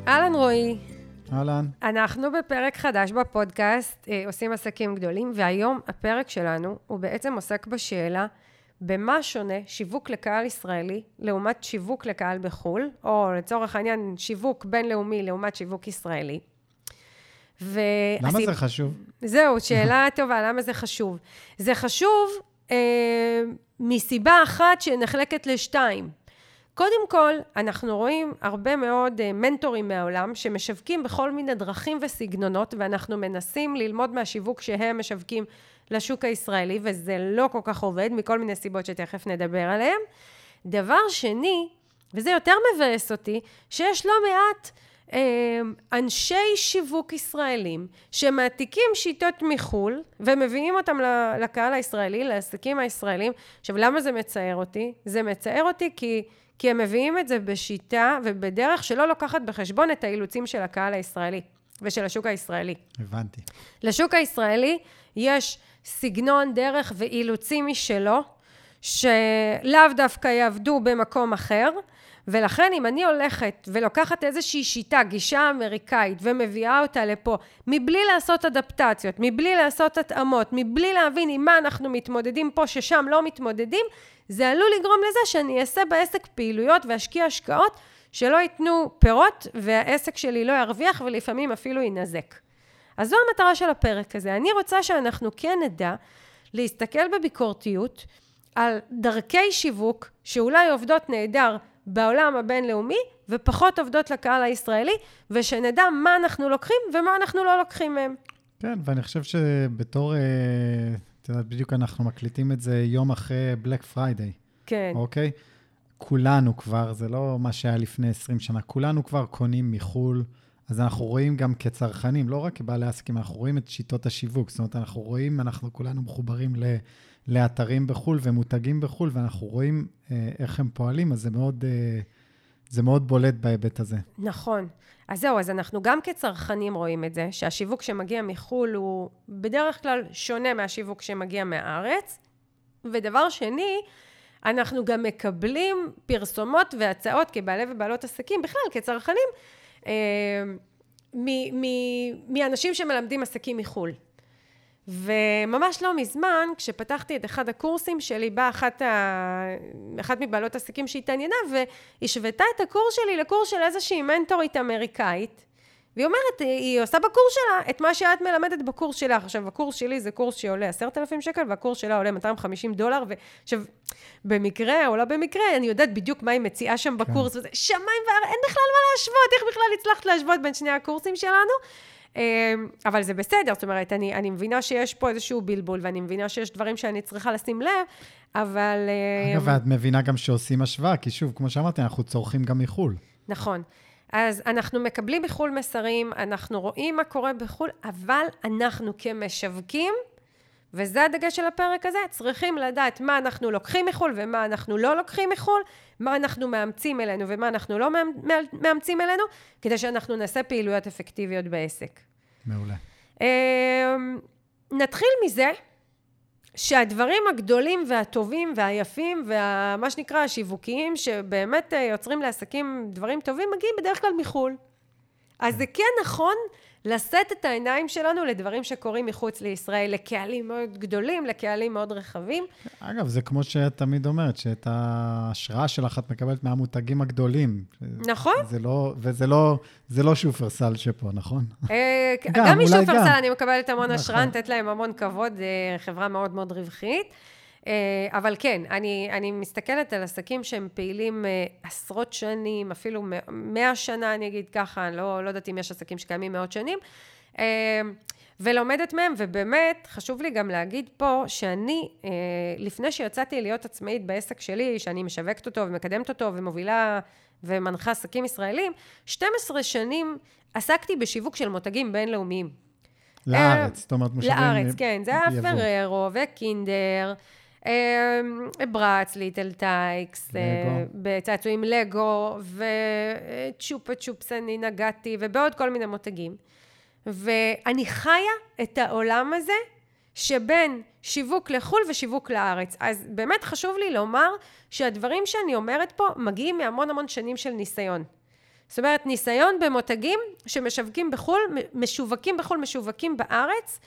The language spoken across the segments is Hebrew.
אהלן רועי. אהלן. אנחנו בפרק חדש בפודקאסט, עושים עסקים גדולים, והיום הפרק שלנו הוא בעצם עוסק בשאלה, במה שונה שיווק לקהל ישראלי לעומת שיווק לקהל בחול, או לצורך העניין שיווק בינלאומי לעומת שיווק ישראלי. למה זה חשוב? זהו, שאלה טובה, למה זה חשוב? זה חשוב מסיבה אחת שנחלקת לשתיים. קודם כל, אנחנו רואים הרבה מאוד מנטורים מהעולם שמשווקים בכל מיני דרכים וסגנונות, ואנחנו מנסים ללמוד מהשיווק שהם משווקים לשוק הישראלי, וזה לא כל כך עובד, מכל מיני סיבות שתכף נדבר עליהם. דבר שני, וזה יותר מבאס אותי, שיש לא מעט אנשי שיווק ישראלים שמעתיקים שיטות מחול ומביאים אותם לקהל הישראלי, לעסקים הישראלים. עכשיו, למה זה מצער אותי? זה מצער אותי כי הם מביאים את זה בשיטה ובדרך שלא לוקחת בחשבון את האילוצים של הקהל הישראלי ושל השוק הישראלי. הבנתי. לשוק הישראלי יש סגנון, דרך ואילוצים משלו, שלאו דווקא יעבדו במקום אחר, ולכן אם אני הולכת ולוקחת איזושהי שיטה, גישה אמריקאית, ומביאה אותה לפה, מבלי לעשות אדפטציות, מבלי לעשות התאמות, מבלי להבין עם מה אנחנו מתמודדים פה, ששם לא מתמודדים, זה עלול לגרום לזה שאני אעשה בעסק פעילויות ואשקיע השקעות, שלא ייתנו פירות, והעסק שלי לא ירוויח, ולפעמים אפילו ינזק. אז זו המטרה של הפרק הזה. אני רוצה שאנחנו כן נדע להסתכל בביקורתיות על דרכי שיווק שאולי עובדות נהדר בעולם הבינלאומי ופחות עובדות לקהל הישראלי, ושנדע מה אנחנו לוקחים ומה אנחנו לא לוקחים מהם. כן, ואני חושב שבתור, את יודעת, בדיוק אנחנו מקליטים את זה יום אחרי בלק פריידיי. כן. אוקיי? כולנו כבר, זה לא מה שהיה לפני 20 שנה, כולנו כבר קונים מחול, אז אנחנו רואים גם כצרכנים, לא רק כבעלי עסקים, אנחנו רואים את שיטות השיווק, זאת אומרת, אנחנו רואים, אנחנו כולנו מחוברים לאתרים בחול ומותגים בחול, ואנחנו רואים איך הם פועלים, אז זה מאוד בולט בהיבט הזה. נכון. אז זהו, אז אנחנו גם כצרכנים רואים את זה, שהשיווק שמגיע מחול הוא בדרך כלל שונה מהשיווק שמגיע מהארץ, ודבר שני, אנחנו גם מקבלים פרסומות והצעות כבעלי ובעלות עסקים, בכלל כצרכנים, מאנשים שמלמדים עסקים מחול. וממש לא מזמן, כשפתחתי את אחד הקורסים שלי, באה אחת מבעלות עסקים שהתעניינה, והשוותה את הקורס שלי לקורס של איזושהי מנטורית אמריקאית, והיא אומרת, היא עושה בקורס שלה את מה שאת מלמדת בקורס שלך. עכשיו, הקורס שלי זה קורס שעולה 10,000 שקל, והקורס שלה עולה $250, ועכשיו, במקרה או לא במקרה, אני יודעת בדיוק מה היא מציעה שם בקורס, וזה שמיים ואין בכלל מה להשוות, איך בכלל הצלחת להשוות בין שני הקורסים שלנו, אבל זה בסדר, זאת אומרת, אני מבינה שיש פה איזשהו בלבול, ואני מבינה שיש דברים שאני צריכה לשים לב, אבל... אגב, ואת מבינה גם שעושים השוואה, כי שוב, כמו שאמרתי, אנחנו צורכים גם מחול. נכון. אז אנחנו מקבלים בחול מסרים, אנחנו רואים מה קורה בחול, אבל אנחנו כמשווקים, וזה הדגש של הפרק הזה, צריכים לדעת מה אנחנו לוקחים מחול ומה אנחנו לא לוקחים מחול, מה אנחנו מאמצים אלינו ומה אנחנו לא מאמצים אלינו, כדי שאנחנו נעשה פעילויות אפקטיביות בעסק. מעולה. נתחיל מזה שהדברים הגדולים והטובים והיפים ומה שנקרא השיווקיים, שבאמת יוצרים לעסקים דברים טובים, מגיעים בדרך כלל מחול. אז זה כן נכון לשאת את העיניים שלנו לדברים שקורים מחוץ לישראל, לקהלים מאוד גדולים, לקהלים מאוד רחבים. אגב, זה כמו שאת תמיד אומרת, שאת ההשראה שלך את מקבלת מהמותגים הגדולים. נכון. זה לא שופרסל שפה, נכון? גם משופרסל אני מקבלת המון השראה, נתת להם המון כבוד, חברה מאוד מאוד רווחית. אבל כן, אני מסתכלת על עסקים שהם פעילים עשרות שנים, אפילו 100 שנה, אני אגיד ככה, אני לא יודעת אם יש עסקים שקיימים 100 שנים, ולומדת מהם, ובאמת חשוב לי גם להגיד פה, שאני, לפני שיצאתי להיות עצמאית בעסק שלי, שאני משווקת אותו ומקדמת אותו, ומובילה ומנחה עסקים ישראלים, 12 שנים עסקתי בשיווק של מותגים בינלאומיים. לארץ, זאת אומרת, מושבים... לארץ, כן, זה היה פררו וקינדר, ברץ, ליטל טייקס, בצעצועים לגו, וצ'ופה צ'ופס אני נגעתי, ובעוד כל מיני מותגים. ואני חיה את העולם הזה, שבין שיווק לחול ושיווק לארץ. אז באמת חשוב לי לומר, שהדברים שאני אומרת פה, מגיעים מהמון המון שנים של ניסיון. זאת אומרת, ניסיון במותגים שמשווקים בחול, משווקים בחול, משווקים בארץ,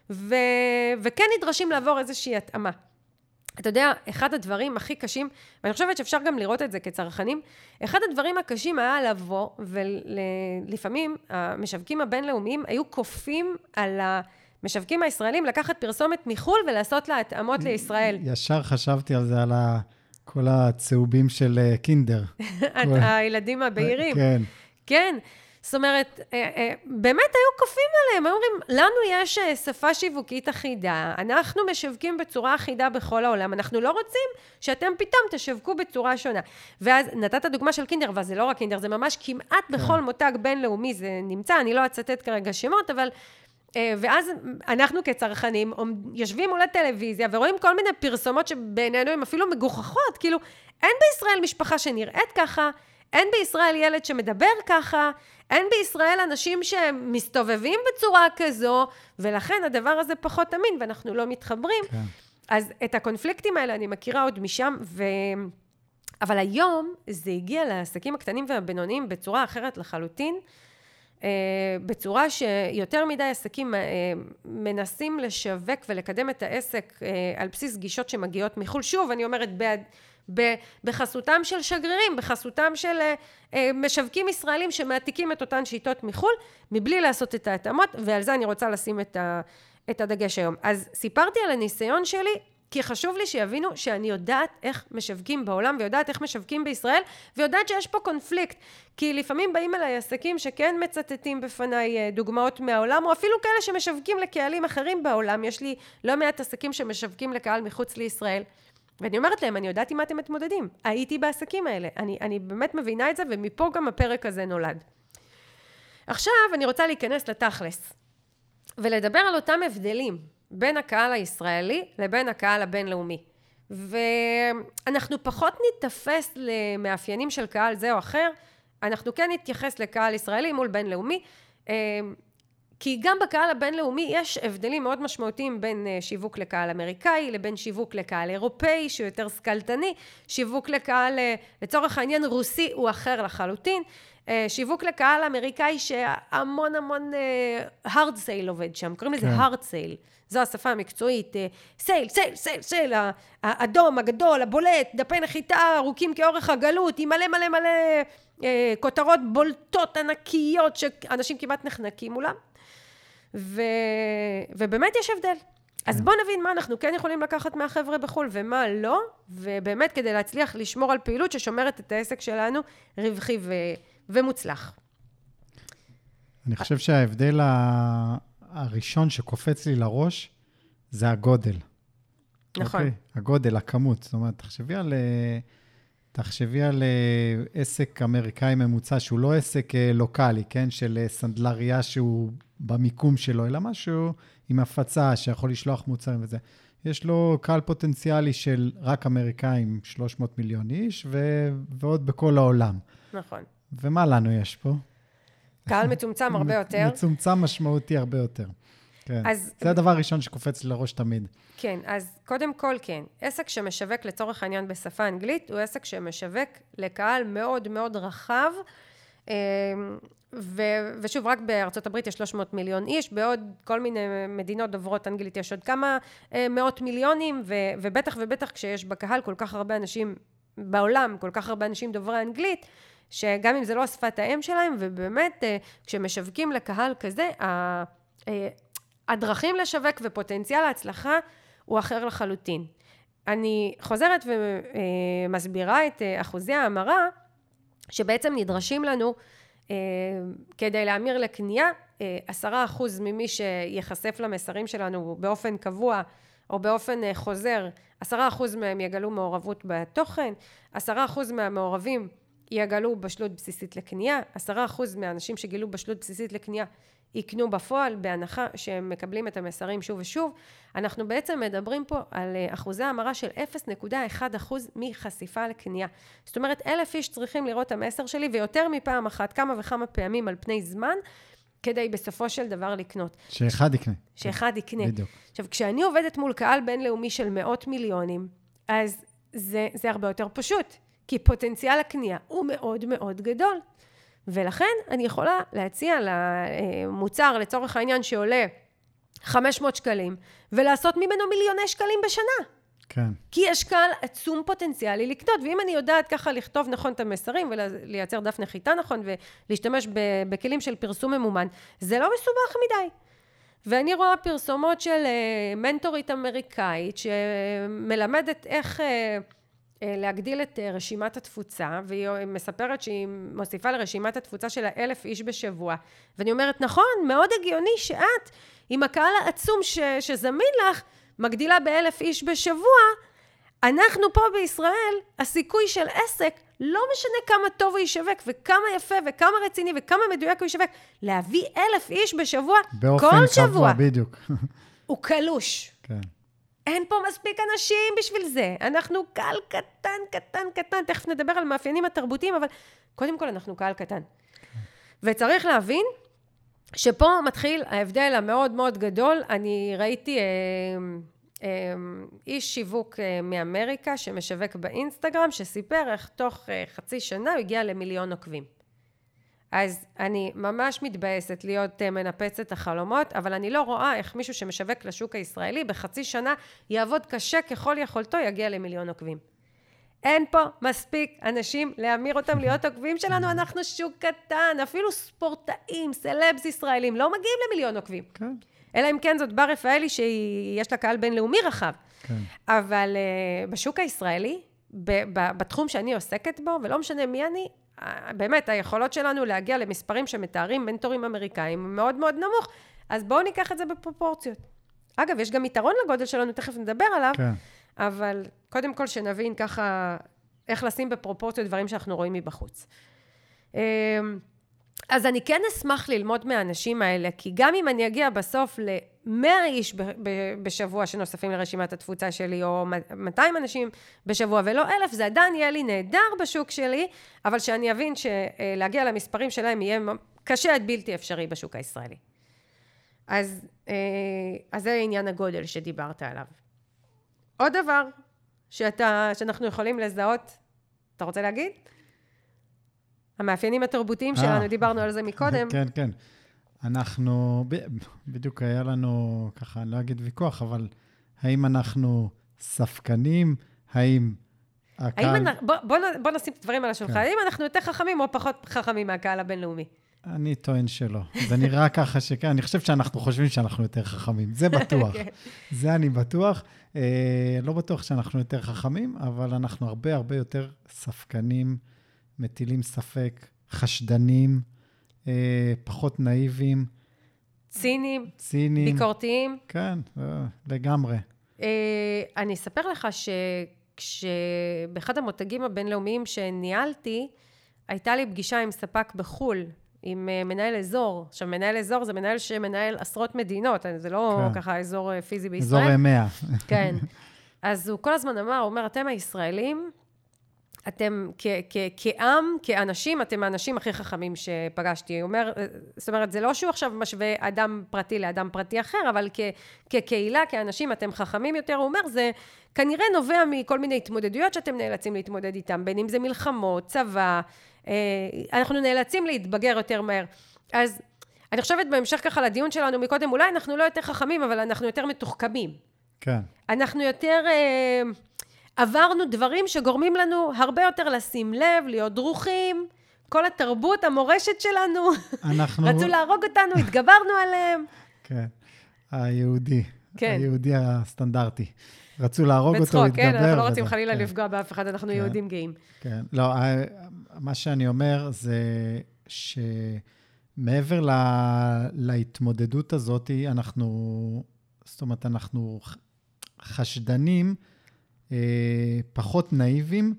וכן נדרשים לעבור איזושהי התאמה. אתה יודע, אחד הדברים הכי קשים, ואני חושבת שאפשר גם לראות את זה כצרכנים, אחד הדברים הקשים היה לבוא, ולפעמים המשווקים הבינלאומיים היו כופים על המשווקים הישראלים לקחת פרסומת מחול ולעשות לה התאמות לישראל. ישר חשבתי על זה, על כל הצהובים של קינדר. הילדים הבהירים. כן. כן. זאת אומרת, באמת היו כופים עליהם, היו אומרים, לנו יש שפה שיווקית אחידה, אנחנו משווקים בצורה אחידה בכל העולם, אנחנו לא רוצים שאתם פתאום תשווקו בצורה שונה. ואז נתת דוגמה של קינדר, אבל זה לא רק קינדר, זה ממש כמעט בכל מותג בינלאומי זה נמצא, אני לא אצטט כרגע שמות, אבל... ואז אנחנו כצרכנים יושבים מול הטלוויזיה ורואים כל מיני פרסומות שבעינינו הן אפילו מגוחכות, כאילו אין בישראל משפחה שנראית ככה, אין בישראל ילד שמדבר ככה, אין בישראל אנשים שמסתובבים בצורה כזו, ולכן הדבר הזה פחות אמין ואנחנו לא מתחברים. כן. אז את הקונפליקטים האלה אני מכירה עוד משם, אבל היום זה הגיע לעסקים הקטנים והבינוניים בצורה אחרת לחלוטין, בצורה שיותר מדי עסקים מנסים לשווק ולקדם את העסק על בסיס גישות שמגיעות מחול. שוב, אני אומרת, בחסותם של שגרירים, בחסותם של משווקים ישראלים שמעתיקים את אותן שיטות מחול, מבלי לעשות את ההתאמות, ועל זה אני רוצה לשים את הדגש היום. אז סיפרתי על הניסיון שלי, כי חשוב לי שיבינו שאני יודעת איך משווקים בעולם, ויודעת איך משווקים בישראל, ויודעת שיש פה קונפליקט. כי לפעמים באים אליי עסקים שכן מצטטים בפניי דוגמאות מהעולם, או אפילו כאלה שמשווקים לקהלים אחרים בעולם. יש לי לא מעט עסקים שמשווקים לקהל מחוץ לישראל. ואני אומרת להם, אני יודעת עם מה אתם מתמודדים. הייתי בעסקים האלה. אני באמת מבינה את זה, ומפה גם הפרק הזה נולד. עכשיו אני רוצה להיכנס לתכלס, ולדבר על אותם הבדלים בין הקהל הישראלי לבין הקהל הבינלאומי. ואנחנו פחות נתפס למאפיינים של קהל זה או אחר, אנחנו כן נתייחס לקהל ישראלי מול בינלאומי, כי גם בקהל הבינלאומי יש הבדלים מאוד משמעותיים בין שיווק לקהל אמריקאי, לבין שיווק לקהל אירופאי, שהוא יותר סקלטני, שיווק לקהל, לצורך העניין רוסי, הוא אחר לחלוטין, שיווק לקהל אמריקאי שהמון hard sale עובד שם, קוראים לזה hard sale, זו השפה המקצועית, סייל, האדום, הגדול, הבולט, דפי נחיתה ארוכים כאורך הגלות, עם מלא כותרות בולטות ענקיות שאנשים כמעט נחנקים מולם, ובאמת יש הבדל. אז בוא נבין מה אנחנו כן יכולים לקחת מהחבר'ה בחול ומה לא, ובאמת כדי להצליח לשמור על פעילות ששומרת את העסק שלנו רווחי ומוצלח. אני חושב שההבדל הראשון שקופץ לי לראש, זה הגודל. נכון. אוקיי? הגודל, הכמות. זאת אומרת, תחשבי על עסק אמריקאי ממוצע, שהוא לא עסק לוקלי, כן? של סנדלריה שהוא במיקום שלו, אלא משהו עם הפצה שיכול לשלוח מוצרים וזה. יש לו קהל פוטנציאלי של רק אמריקאים, 300 מיליון איש, ועוד בכל העולם. נכון. ומה לנו יש פה? קהל מצומצם הרבה יותר. מצומצם משמעותי הרבה יותר. כן. זה הדבר הראשון שקופץ לי לראש תמיד. כן, אז קודם כל כן. עסק שמשווק לצורך העניין בשפה אנגלית, הוא עסק שמשווק לקהל מאוד מאוד רחב, ושוב, רק בארצות הברית יש 300 מיליון איש, בעוד כל מיני מדינות דוברות אנגלית יש עוד כמה מאות מיליונים, ובטח ובטח כשיש בקהל כל כך הרבה אנשים בעולם, כל כך הרבה אנשים דוברי אנגלית, שגם אם זה לא השפת האם שלהם, ובאמת כשמשווקים לקהל כזה, הדרכים לשווק ופוטנציאל ההצלחה הוא אחר לחלוטין. אני חוזרת ומסבירה את אחוזי ההמרה, שבעצם נדרשים לנו כדי להמיר לקנייה, 10% ממי שיחשף למסרים שלנו באופן קבוע או באופן חוזר, 10% מהם יגלו מעורבות בתוכן, 10% מהמעורבים יגלו בשלות בסיסית לקנייה, 10% מהאנשים שגילו בשלות בסיסית לקנייה יקנו בפועל, בהנחה שהם מקבלים את המסרים שוב ושוב. אנחנו בעצם מדברים פה על אחוזי המרה של 0.1% מחשיפה לקנייה. זאת אומרת, 1,000 איש צריכים לראות את המסר שלי, ויותר מפעם אחת, כמה וכמה פעמים על פני זמן, כדי בסופו של דבר לקנות. שאחד יקנה. שאחד יקנה. בדיוק. עכשיו, כשאני עובדת מול קהל בינלאומי של מאות מיליונים, אז זה הרבה יותר פשוט, כי פוטנציאל הקנייה הוא מאוד מאוד גדול. ולכן אני יכולה להציע למוצר לצורך העניין שעולה 500 שקלים, ולעשות ממנו מיליוני שקלים בשנה. כן. כי יש קהל עצום פוטנציאלי לקנות, ואם אני יודעת ככה לכתוב נכון את המסרים, ולייצר דף נחיתה נכון, ולהשתמש בכלים של פרסום ממומן, זה לא מסובך מדי. ואני רואה פרסומות של מנטורית אמריקאית, שמלמדת איך להגדיל את רשימת התפוצה, והיא מספרת שהיא מוסיפה לרשימת התפוצה של 1,000 איש בשבוע. ואני אומרת, נכון, מאוד הגיוני שאת, עם הקהל העצום שזמין לך, מגדילה ב1,000 איש בשבוע, אנחנו פה בישראל, הסיכוי של עסק, לא משנה כמה טוב הוא ישווק, וכמה יפה, וכמה רציני, וכמה מדויק הוא ישווק, להביא 1,000 איש בשבוע, כל שבוע. באופן קבוע, בדיוק. הוא קלוש. כן. אין פה מספיק אנשים בשביל זה. אנחנו קהל קטן, תכף נדבר על מאפיינים התרבותיים, אבל קודם כל אנחנו קהל קטן. וצריך להבין שפה מתחיל ההבדל המאוד מאוד גדול. אני ראיתי איש שיווק מאמריקה שמשווק באינסטגרם, שסיפר איך תוך חצי שנה הוא הגיע ל1,000,000 עוקבים. אז אני ממש מתבאסת להיות מנפצת החלומות, אבל אני לא רואה איך מישהו שמשווק לשוק הישראלי בחצי שנה יעבוד קשה ככל יכולתו, יגיע ל1,000,000 עוקבים. אין פה מספיק אנשים להמיר אותם להיות עוקבים שלנו, אנחנו שוק קטן, אפילו ספורטאים, סלבס ישראלים, לא מגיעים ל1,000,000 עוקבים. כן. אלא אם כן זאת בר רפאלי שיש לה קהל בינלאומי רחב. כן. אבל בשוק הישראלי, בתחום שאני עוסקת בו, ולא משנה מי אני, באמת, היכולות שלנו להגיע למספרים שמתארים מנטורים אמריקאים מאוד מאוד נמוך, אז בואו ניקח את זה בפרופורציות. אגב, יש גם יתרון לגודל שלנו, תכף נדבר עליו, כן. אבל קודם כל שנבין ככה איך לשים בפרופורציות דברים שאנחנו רואים מבחוץ. אז אני כן אשמח ללמוד מהאנשים האלה, כי גם אם אני אגיע בסוף ל100 איש בשבוע שנוספים לרשימת התפוצה שלי, או 200 אנשים בשבוע ולא 1,000, זה עדיין יהיה לי נהדר בשוק שלי, אבל שאני אבין שלהגיע למספרים שלהם יהיה קשה עד בלתי אפשרי בשוק הישראלי. אז זה עניין הגודל שדיברת עליו. עוד דבר שאנחנו יכולים לזהות, אתה רוצה להגיד? המאפיינים התרבותיים שלנו, דיברנו על זה מקודם. כן, כן. אנחנו, בדיוק היה לנו, ככה, אני לא אגיד ויכוח, אבל האם אנחנו ספקנים? האם הקהל... בוא נשים את הדברים על השולחן. האם אנחנו יותר חכמים או פחות חכמים מהקהל הבינלאומי? אני טוען שלא. זה נראה ככה שכן. אני חושב שאנחנו חושבים שאנחנו יותר חכמים. זה בטוח. זה אני בטוח. לא בטוח שאנחנו יותר חכמים, אבל אנחנו הרבה הרבה יותר ספקנים, מטילים ספק, חשדנים, פחות נאיבים. ציניים. ציניים. ביקורתיים. כן, לגמרי. אני אספר לך שבאחד המותגים הבינלאומיים שניהלתי, הייתה לי פגישה עם ספק בחול, עם מנהל אזור. עכשיו, מנהל אזור זה מנהל שמנהל עשרות מדינות, זה לא ככה אזור פיזי בישראל. אזור 100. כן. אז הוא כל הזמן אמר, הוא אומר, אתם הישראלים, אתם כעם, כאנשים, אתם האנשים הכי חכמים שפגשתי. הוא אומר, זאת אומרת, זה לא שהוא עכשיו משווה אדם פרטי לאדם פרטי אחר, אבל כקהילה, כאנשים, אתם חכמים יותר. הוא אומר, זה כנראה נובע מכל מיני התמודדויות שאתם נאלצים להתמודד איתם, בין אם זה מלחמות, צבא, אנחנו נאלצים להתבגר יותר מהר. אז אני חושבת בהמשך ככה לדיון שלנו מקודם, אולי אנחנו לא יותר חכמים, אבל אנחנו יותר מתוחכמים. כן. אנחנו יותר... עברנו דברים שגורמים לנו הרבה יותר לשים לב, להיות דרוכים, כל התרבות, המורשת שלנו, רצו להרוג אותנו, התגברנו עליהם. כן, היהודי, היהודי הסטנדרטי. רצו להרוג אותו, בצחוק, להתגבר. כן, אנחנו לא רוצים חלילה לפגוע באף אחד, אנחנו יהודים גאים. כן, לא, מה שאני אומר זה שמעבר להתמודדות הזאת, זאת אומרת, אנחנו חשדנים, פחות נאיבים,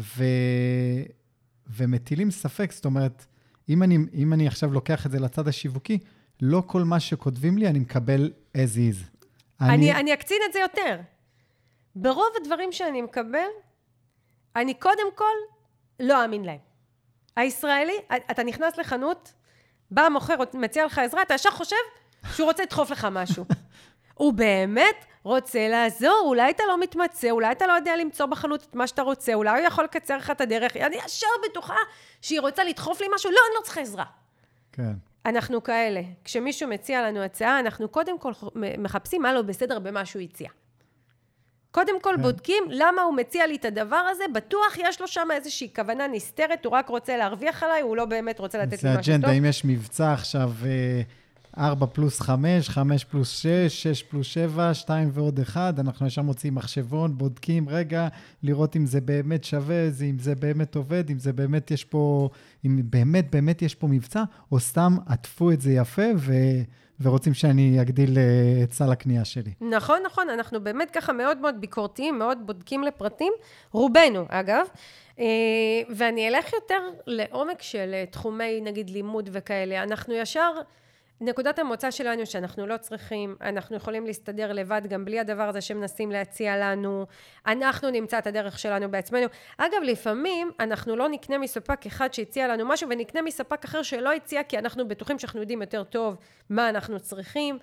ומטילים ספק, זאת אומרת, אם אני עכשיו לוקח את זה לצד השיווקי, לא כל מה שכותבים לי אני מקבל as is. אני אקצין את זה יותר. ברוב הדברים שאני מקבל, אני קודם כל לא אאמין להם. הישראלי, אתה נכנס לחנות, בא מוכר, מציע לך עזרה, אתה ישר חושב שהוא רוצה לדחוף לך משהו. הוא באמת רוצה לעזור, אולי אתה לא מתמצא, אולי אתה לא יודע למצוא בחנות את מה שאתה רוצה, אולי הוא יכול לקצר לך את הדרך, אני ישר בטוחה שהיא רוצה לדחוף לי משהו, לא, אני לא צריכה עזרה. כן. אנחנו כאלה, כשמישהו מציע לנו הצעה, אנחנו קודם כל מחפשים מה לא בסדר במה שהוא הציע. קודם כל בודקים למה הוא מציע לי את הדבר הזה, בטוח יש לו שם איזושהי כוונה נסתרת, הוא רק רוצה להרוויח עליי, הוא לא באמת רוצה לתת לי משהו טוב. זה אג'נדה, אם יש מבצע עכשיו 4 פלוס 5, 5 פלוס 6, 6 פלוס 7, 2 ועוד 1, אנחנו ישר מוצאים מחשבון, בודקים רגע, לראות אם זה באמת שווה, אם זה באמת עובד, אם זה באמת יש פה, אם באמת יש פה מבצע, או סתם עטפו את זה יפה ורוצים שאני אגדיל את סל הקנייה שלי. נכון, נכון, אנחנו באמת ככה מאוד מאוד ביקורתיים, מאוד בודקים לפרטים, רובנו אגב, ואני אלך יותר לעומק של תחומי נגיד לימוד וכאלה, אנחנו ישר, נקודת המוצא שלנו שאנחנו לא צריכים, אנחנו יכולים להסתדר לבד גם בלי הדבר הזה שמנסים להציע לנו, אנחנו נמצא את הדרך שלנו בעצמנו. אגב, לפעמים אנחנו לא נקנה מספק אחד שהציע לנו משהו, ונקנה מספק אחר שלא הציע, כי אנחנו בטוחים שאנחנו יודעים יותר טוב מה אנחנו צריכים.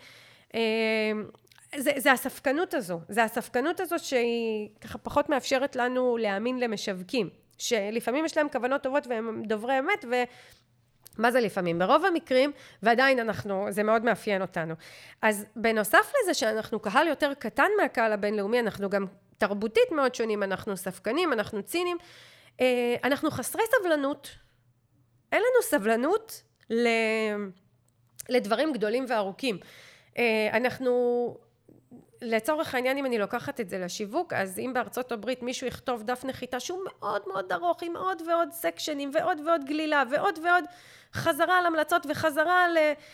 זה הספקנות הזו, זה הספקנות הזו שהיא ככה פחות מאפשרת לנו להאמין למשווקים, שלפעמים יש להם כוונות טובות והם דוברי אמת, מה זה לפעמים? ברוב המקרים, ועדיין זה מאוד מאפיין אותנו. אז בנוסף לזה שאנחנו קהל יותר קטן מהקהל הבינלאומי, אנחנו גם תרבותית מאוד שונים, אנחנו ספקנים, אנחנו צינים, אנחנו חסרי סבלנות. אין לנו סבלנות לדברים גדולים וארוכים. אנחנו, לצורך העניין, אם אני לוקחת את זה לשיווק, אז אם בארצות הברית מישהו יכתוב דף נחיתה שהוא מאוד מאוד ארוך, עם עוד ועוד סקשנים ועוד ועוד גלילה ועוד ועוד חזרה על המלצות וחזרה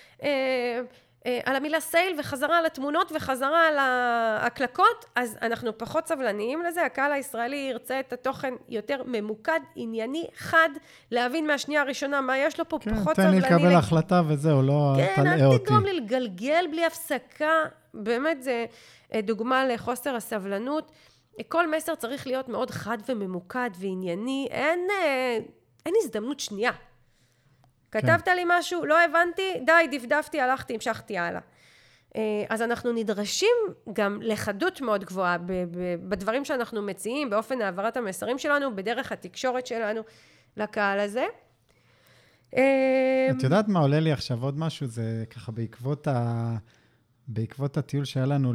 על המילה סייל וחזרה על התמונות וחזרה על ההקלקות, אז אנחנו פחות סבלניים לזה. הקהל הישראלי ירצה את התוכן יותר ממוקד, ענייני, חד, להבין מהשנייה הראשונה מה יש לו פה, כן, פחות תן סבלני. לי לקבל החלטה וזהו, לא תלאה אותי. כן, אל תגרום לי לגלגל בלי הפסקה, באמת זה דוגמה לחוסר הסבלנות. כל מסר צריך להיות מאוד חד וממוקד וענייני, אין הזדמנות שנייה. כתבת לי משהו, לא הבנתי, די, דפדפתי, הלכתי, המשכתי הלאה. אז אנחנו נדרשים גם לחדות מאוד גבוהה בדברים שאנחנו מציעים, באופן העברת המסרים שלנו, בדרך התקשורת שלנו לקהל הזה. את יודעת מה עולה לי עכשיו עוד משהו? זה ככה בעקבות הטיול שהיה לנו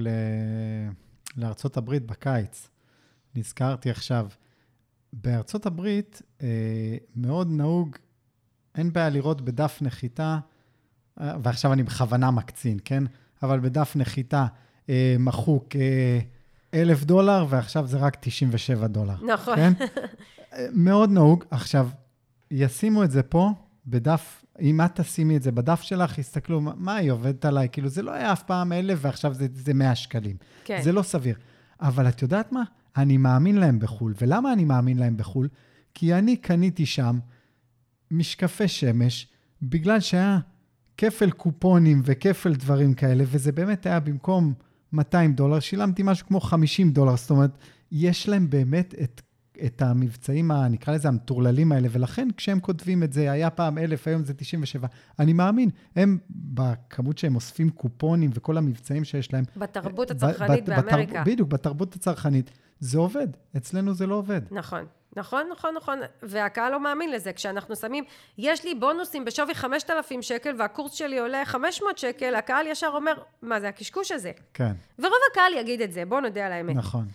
לארצות הברית בקיץ. נזכרתי עכשיו, בארצות הברית מאוד נהוג, אין בעיה לראות בדף נחיתה, ועכשיו אני בכוונה מקצין, כן? אבל בדף נחיתה מחוק $1,000, ועכשיו זה רק $97. נכון. כן? מאוד נהוג. עכשיו, ישימו את זה פה בדף, אם את תשימי את זה בדף שלך, יסתכלו, מה היא עובדת עליי? כאילו, זה לא היה אף פעם 1,000, ועכשיו זה 100 שקלים. כן. זה לא סביר. אבל את יודעת מה? אני מאמין להם בחול. ולמה אני מאמין להם בחול? כי אני קניתי שם משקפי שמש, בגלל שהיה כפל קופונים וכפל דברים כאלה, וזה באמת היה במקום $200, שילמתי משהו כמו $50. זאת אומרת, יש להם באמת את המבצעים, נקרא לזה, המטורללים האלה, ולכן כשהם כותבים את זה, היה פעם 1,000, היום זה 97. אני מאמין, הם בכמות שהם אוספים קופונים וכל המבצעים שיש להם. בתרבות הצרכנית באמריקה. בדיוק, בתרבות הצרכנית. זה עובד, אצלנו זה לא עובד. נכון. נכון, נכון, נכון, והקהל לא מאמין לזה, כשאנחנו שמים, יש לי בונוסים בשווי 5,000 שקל, והקורס שלי עולה 500 שקל, הקהל ישר אומר, מה זה הקשקוש הזה? כן. ורוב הקהל יגיד את זה, בוא נודה על האמת. נכון.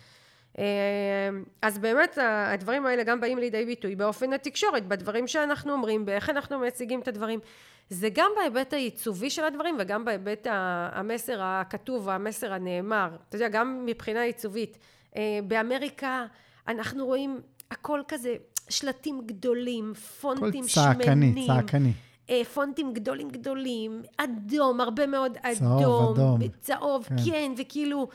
אז באמת, הדברים האלה גם באים לידי ביטוי, באופן התקשורת, בדברים שאנחנו אומרים, באיך אנחנו מציגים את הדברים, זה גם בהיבט העיצובי של הדברים, וגם בהיבט המסר הכתוב, המסר הנאמר, אתה יודע, גם מבחינה עיצובית. באמריקה אנחנו רואים הכל כזה, שלטים גדולים, פונטים שמנים. צעקני. פונטים גדולים, אדום, הרבה מאוד אדום. צהוב, כן, וכאילו,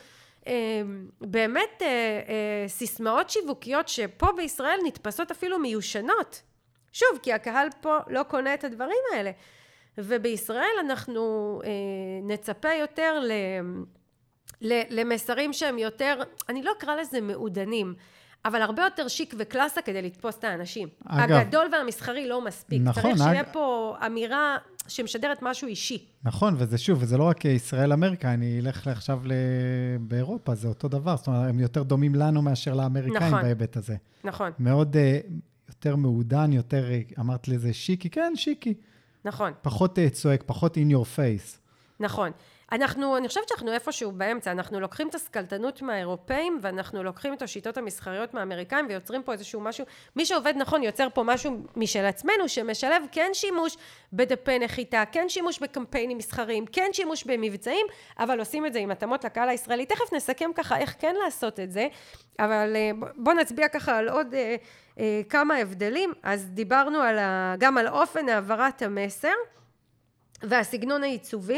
באמת סיסמאות שיווקיות שפה בישראל נתפסות אפילו מיושנות. שוב, כי הקהל פה לא קונה את הדברים האלה. ובישראל אנחנו נצפה יותר למסרים שהם יותר, אני לא אקרא לזה מעודנים, אבל הרבה יותר שיק וקלאסה כדי לתפוס את האנשים. אגב, הגדול והמסחרי לא מספיק. נכון, צריך שיהיה פה אמירה שמשדרת משהו אישי. נכון, וזה לא רק ישראל-אמריקה, אני אלך עכשיו באירופה, זה אותו דבר, זאת אומרת, הם יותר דומים לנו מאשר לאמריקאים נכון. בהיבט הזה. נכון. מאוד יותר מעודן, יותר, אמרת לזה שיקי, כן, שיקי. נכון. פחות צועק, פחות in your face. נכון. אני חושבת שאנחנו איפשהו באמצע, אנחנו לוקחים את הסקלטנות מהאירופאים, ואנחנו לוקחים את השיטות המסחריות מהאמריקאים, ויוצרים פה איזשהו משהו, מי שעובד נכון יוצר פה משהו משל עצמנו, שמשלב כן שימוש בדפי נחיתה, כן שימוש בקמפיינים מסחריים, כן שימוש במבצעים, אבל עושים את זה עם התאמות לקהל הישראלי. תכף נסכם ככה איך כן לעשות את זה, אבל בוא נצביע ככה על עוד כמה הבדלים. אז דיברנו גם על אופן העברת המסר, והסגנון העיצובי.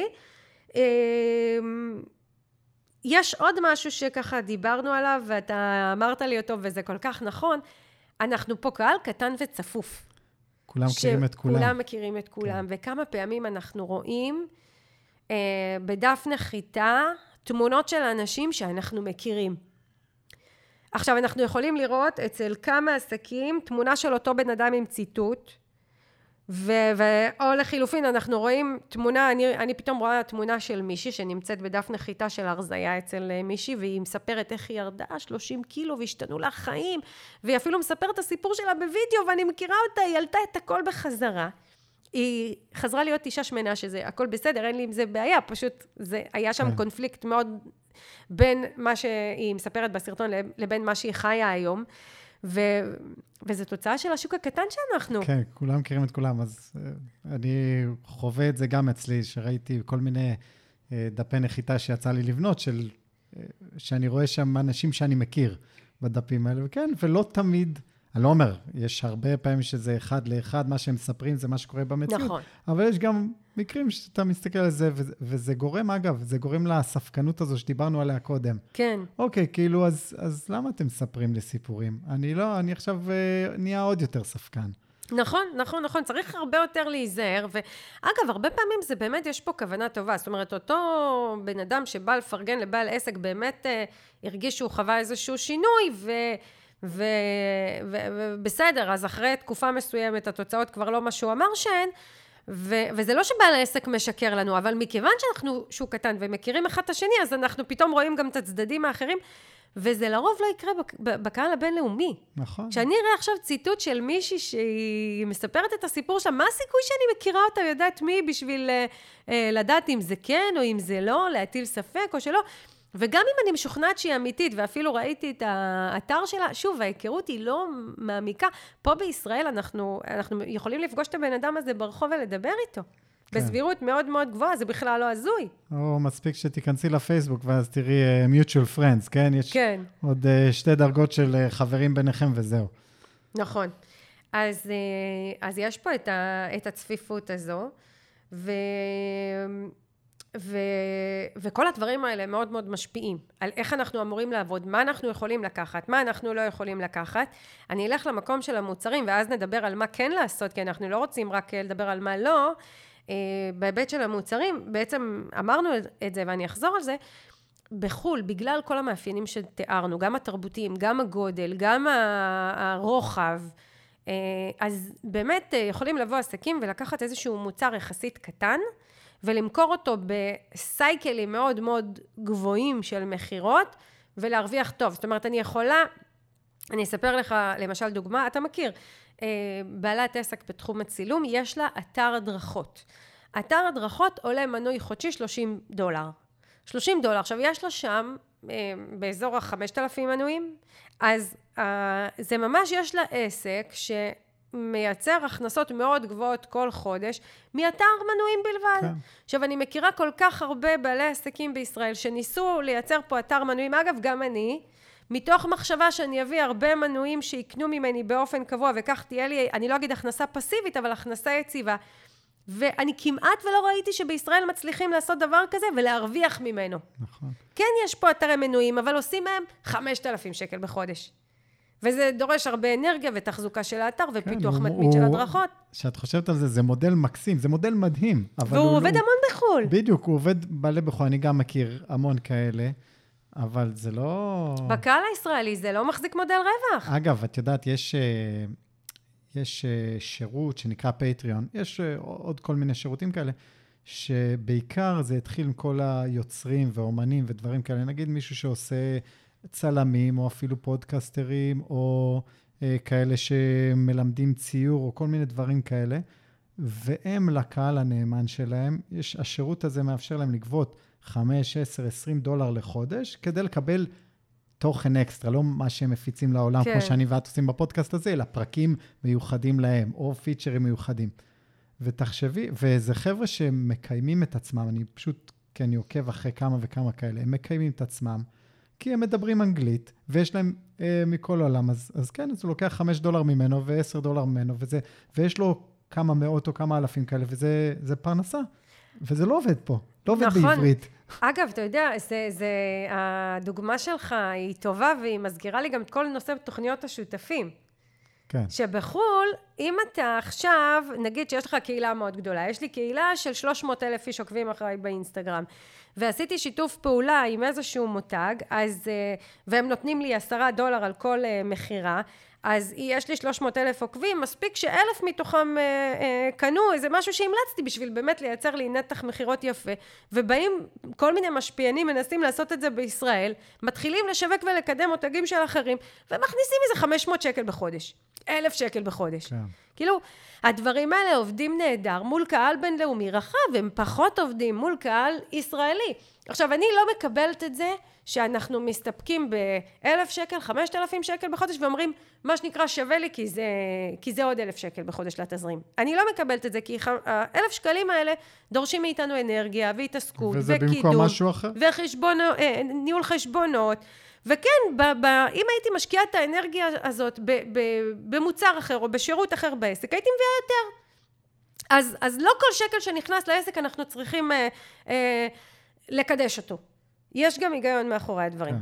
יש עוד משהו שככה דיברנו עליו, ואתה אמרת לי אותו, וזה כל כך נכון. אנחנו פה קהל קטן וצפוף. כולם מכירים את כולם. כולם מכירים את כולם, וכמה פעמים אנחנו רואים בדף נחיתה תמונות של אנשים שאנחנו מכירים. עכשיו, אנחנו יכולים לראות אצל כמה עסקים תמונה של אותו בן אדם עם ציטוט, או לחילופין, אנחנו רואים תמונה, אני פתאום רואה תמונה של מישהי שנמצאת בדף נחיתה של הרזיה אצל מישהי, והיא מספרת איך היא ירדה 30 קילו והשתנו לה חיים, והיא אפילו מספרת את הסיפור שלה בווידאו, ואני מכירה אותה, היא ילתה את הכל בחזרה. היא חזרה להיות אישה שמנה, שזה הכל בסדר, אין לי עם זה בעיה, פשוט זה היה שם קונפליקט מאוד בין מה שהיא מספרת בסרטון לבין מה שהיא חיה היום, וזו תוצאה של השוק הקטן שאנחנו. כן, כולם מכירים את כולם, אז אני חווה את זה גם אצלי, שראיתי כל מיני דפי נחיתה שיצא לי לבנות, שאני רואה שם אנשים שאני מכיר בדפים האלה, וכן, ולא תמיד, אני לא אומר, יש הרבה פעמים שזה אחד לאחד, מה שהם מספרים זה מה שקורה במציאות, נכון. אבל יש גם מקרים שאתה מסתכל על זה, וזה גורם, אגב, זה גורם לספקנות הזו שדיברנו עליה קודם. כן. אוקיי, כאילו, אז למה אתם מספרים לי סיפורים? אני עכשיו נהיה עוד יותר ספקן. נכון, צריך הרבה יותר להיזהר, ואגב, הרבה פעמים זה באמת, יש פה כוונה טובה, זאת אומרת, אותו בן אדם שבא לפרגן לבעל עסק, באמת הרגיש שהוא חווה איזשהו שינוי, ובסדר, אז אחרי תקופה מסוימת, התוצאות כבר לא מה שהוא אמר שהן, וזה לא שבעל העסק משקר לנו, אבל מכיוון שאנחנו שוק קטן ומכירים אחד את השני, אז אנחנו פתאום רואים גם את הצדדים האחרים, וזה לרוב לא יקרה בקהל הבינלאומי. נכון. כשאני אראה עכשיו ציטוט של מישהי שהיא מספרת את הסיפור שלה, מה הסיכוי שאני מכירה אותה יודעת מי בשביל לדעת אם זה כן או אם זה לא, להטיל ספק או שלא, וגם אם אני משוכנעת שהיא אמיתית, ואפילו ראיתי את האתר שלה, שוב, ההיכרות היא לא מעמיקה. פה בישראל אנחנו יכולים לפגוש את הבן אדם הזה ברחוב ולדבר איתו. כן. בסבירות מאוד מאוד גבוהה, זה בכלל לא הזוי. או מספיק שתיכנסי לפייסבוק, ואז תראי mutual friends, כן? יש כן. עוד 2 דרגות של חברים ביניכם וזהו. נכון. אז יש פה את הצפיפות הזו, וכל הדברים האלה מאוד מאוד משפיעים על איך אנחנו אמורים לעבוד, מה אנחנו יכולים לקחת, מה אנחנו לא יכולים לקחת. אני אלך למקום של המוצרים, ואז נדבר על מה כן לעשות, כי אנחנו לא רוצים רק לדבר על מה לא. בהיבט של המוצרים, בעצם אמרנו את זה, ואני אחזור על זה, בחול, בגלל כל המאפיינים שתיארנו, גם התרבותיים, גם הגודל, גם הרוחב, אז באמת יכולים לבוא עסקים ולקחת איזשהו מוצר יחסית קטן, ולמכור אותו בסייקלים מאוד מאוד גבוהים של מחירות, ולהרוויח טוב. זאת אומרת, אני אספר לך, למשל דוגמה, אתה מכיר, בעלת עסק בתחום הצילום, יש לה אתר הדרכות. אתר הדרכות עולה מנוי חודשי $30. $30. עכשיו, יש לה שם, באזור 5,000 מנויים, אז זה ממש יש לה עסק מייצר הכנסות מאוד גבוהות כל חודש, מאתר מנויים בלבד. כן. עכשיו, אני מכירה כל כך הרבה בעלי עסקים בישראל, שניסו לייצר פה אתר מנויים, אגב, גם אני, מתוך מחשבה שאני אביא הרבה מנויים שיקנו ממני באופן קבוע, וכך תהיה לי, אני לא אגיד הכנסה פסיבית, אבל הכנסה יציבה. ואני כמעט ולא ראיתי שבישראל מצליחים לעשות דבר כזה, ולהרוויח ממנו. נכון. כן, יש פה אתרי מנויים, אבל עושים מהם 5,000 שקל בחודש. וזה דורש הרבה אנרגיה ותחזוקה של האתר, ופיתוח מתמיד של הדרכות. שאת חושבת על זה, זה מודל מקסים, זה מודל מדהים. והוא עובד המון בחול. בדיוק, הוא עובד מלא בחול, אני גם מכיר המון כאלה, אבל זה לא... בקהל הישראלי זה לא מחזיק מודל רווח. אגב, את יודעת, יש שירות שנקרא פטריון, יש עוד כל מיני שירותים כאלה, שבעיקר זה התחיל עם כל היוצרים ואומנים ודברים כאלה. נגיד מישהו שעושה צלמים, או אפילו פודקסטרים, או כאלה שמלמדים ציור, או כל מיני דברים כאלה, והם לקהל הנאמן שלהם, השירות הזה מאפשר להם לגבות 5, 10, 20 דולר לחודש, כדי לקבל תוכן אקסטרה, לא מה שהם מפיצים לעולם, כמו שאני ואת עושים בפודקאסט הזה, אלא פרקים מיוחדים להם, או פיצ'רים מיוחדים. ותחשבי, וזה חבר'ה שמקיימים את עצמם, אני פשוט, כי אני עוקב אחרי כמה וכמה כאלה, הם מקיימים את עצמם, כי הם מדברים אנגלית, ויש להם מכל העולם, אז כן, אז הוא לוקח 5 דולר ממנו, ו10 דולר ממנו, ויש לו כמה מאות או כמה אלפים כאלה, וזה פרנסה, וזה לא עובד פה, לא עובד בעברית. אגב, אתה יודע, הדוגמה שלך היא טובה, והיא מסגירה לי גם את כל נושא תוכניות השותפים. כן. שבחול, אם אתה עכשיו, נגיד שיש לך קהילה מאוד גדולה, יש לי קהילה של 300,000 איש עוקבים אחריי באינסטגרם, ועשיתי שיתוף פעולה עם איזשהו מותג, והם נותנים לי 10 דולר על כל מחירה, אז יש לי 300,000 עוקבים, מספיק ש1,000 מתוכם קנו איזה משהו שהמלצתי בשביל באמת לייצר לי נתח מחירות יפה, ובאים כל מיני משפיענים, מנסים לעשות את זה בישראל, מתחילים לשווק ולקדם מותגים של אחרים, ומכניסים איזה 500 שקל בחודש, 1,000 שקל בחודש. כן. כאילו, הדברים האלה עובדים נהדר מול קהל בינלאומי רחב, הם פחות עובדים מול קהל ישראלי. עכשיו, אני לא מקבלת את זה שאנחנו מסתפקים ב1,000 שקל, 5,000 שקל בחודש, ואומרים, מה שנקרא שווה לי, כי זה עוד 1,000 שקל בחודש לתזרים. אני לא מקבלת את זה, כי 1,000 שקלים האלה דורשים מאיתנו אנרגיה, והתעסקות, וקידום, ניהול חשבונות, וכן, אם הייתי משקיעה את האנרגיה הזאת במוצר אחר, או בשירות אחר בעסק, הייתי מביאה יותר. אז לא כל שקל שנכנס לעסק, אנחנו צריכים לקדש אותו. יש גם היגיון מאחורי הדברים.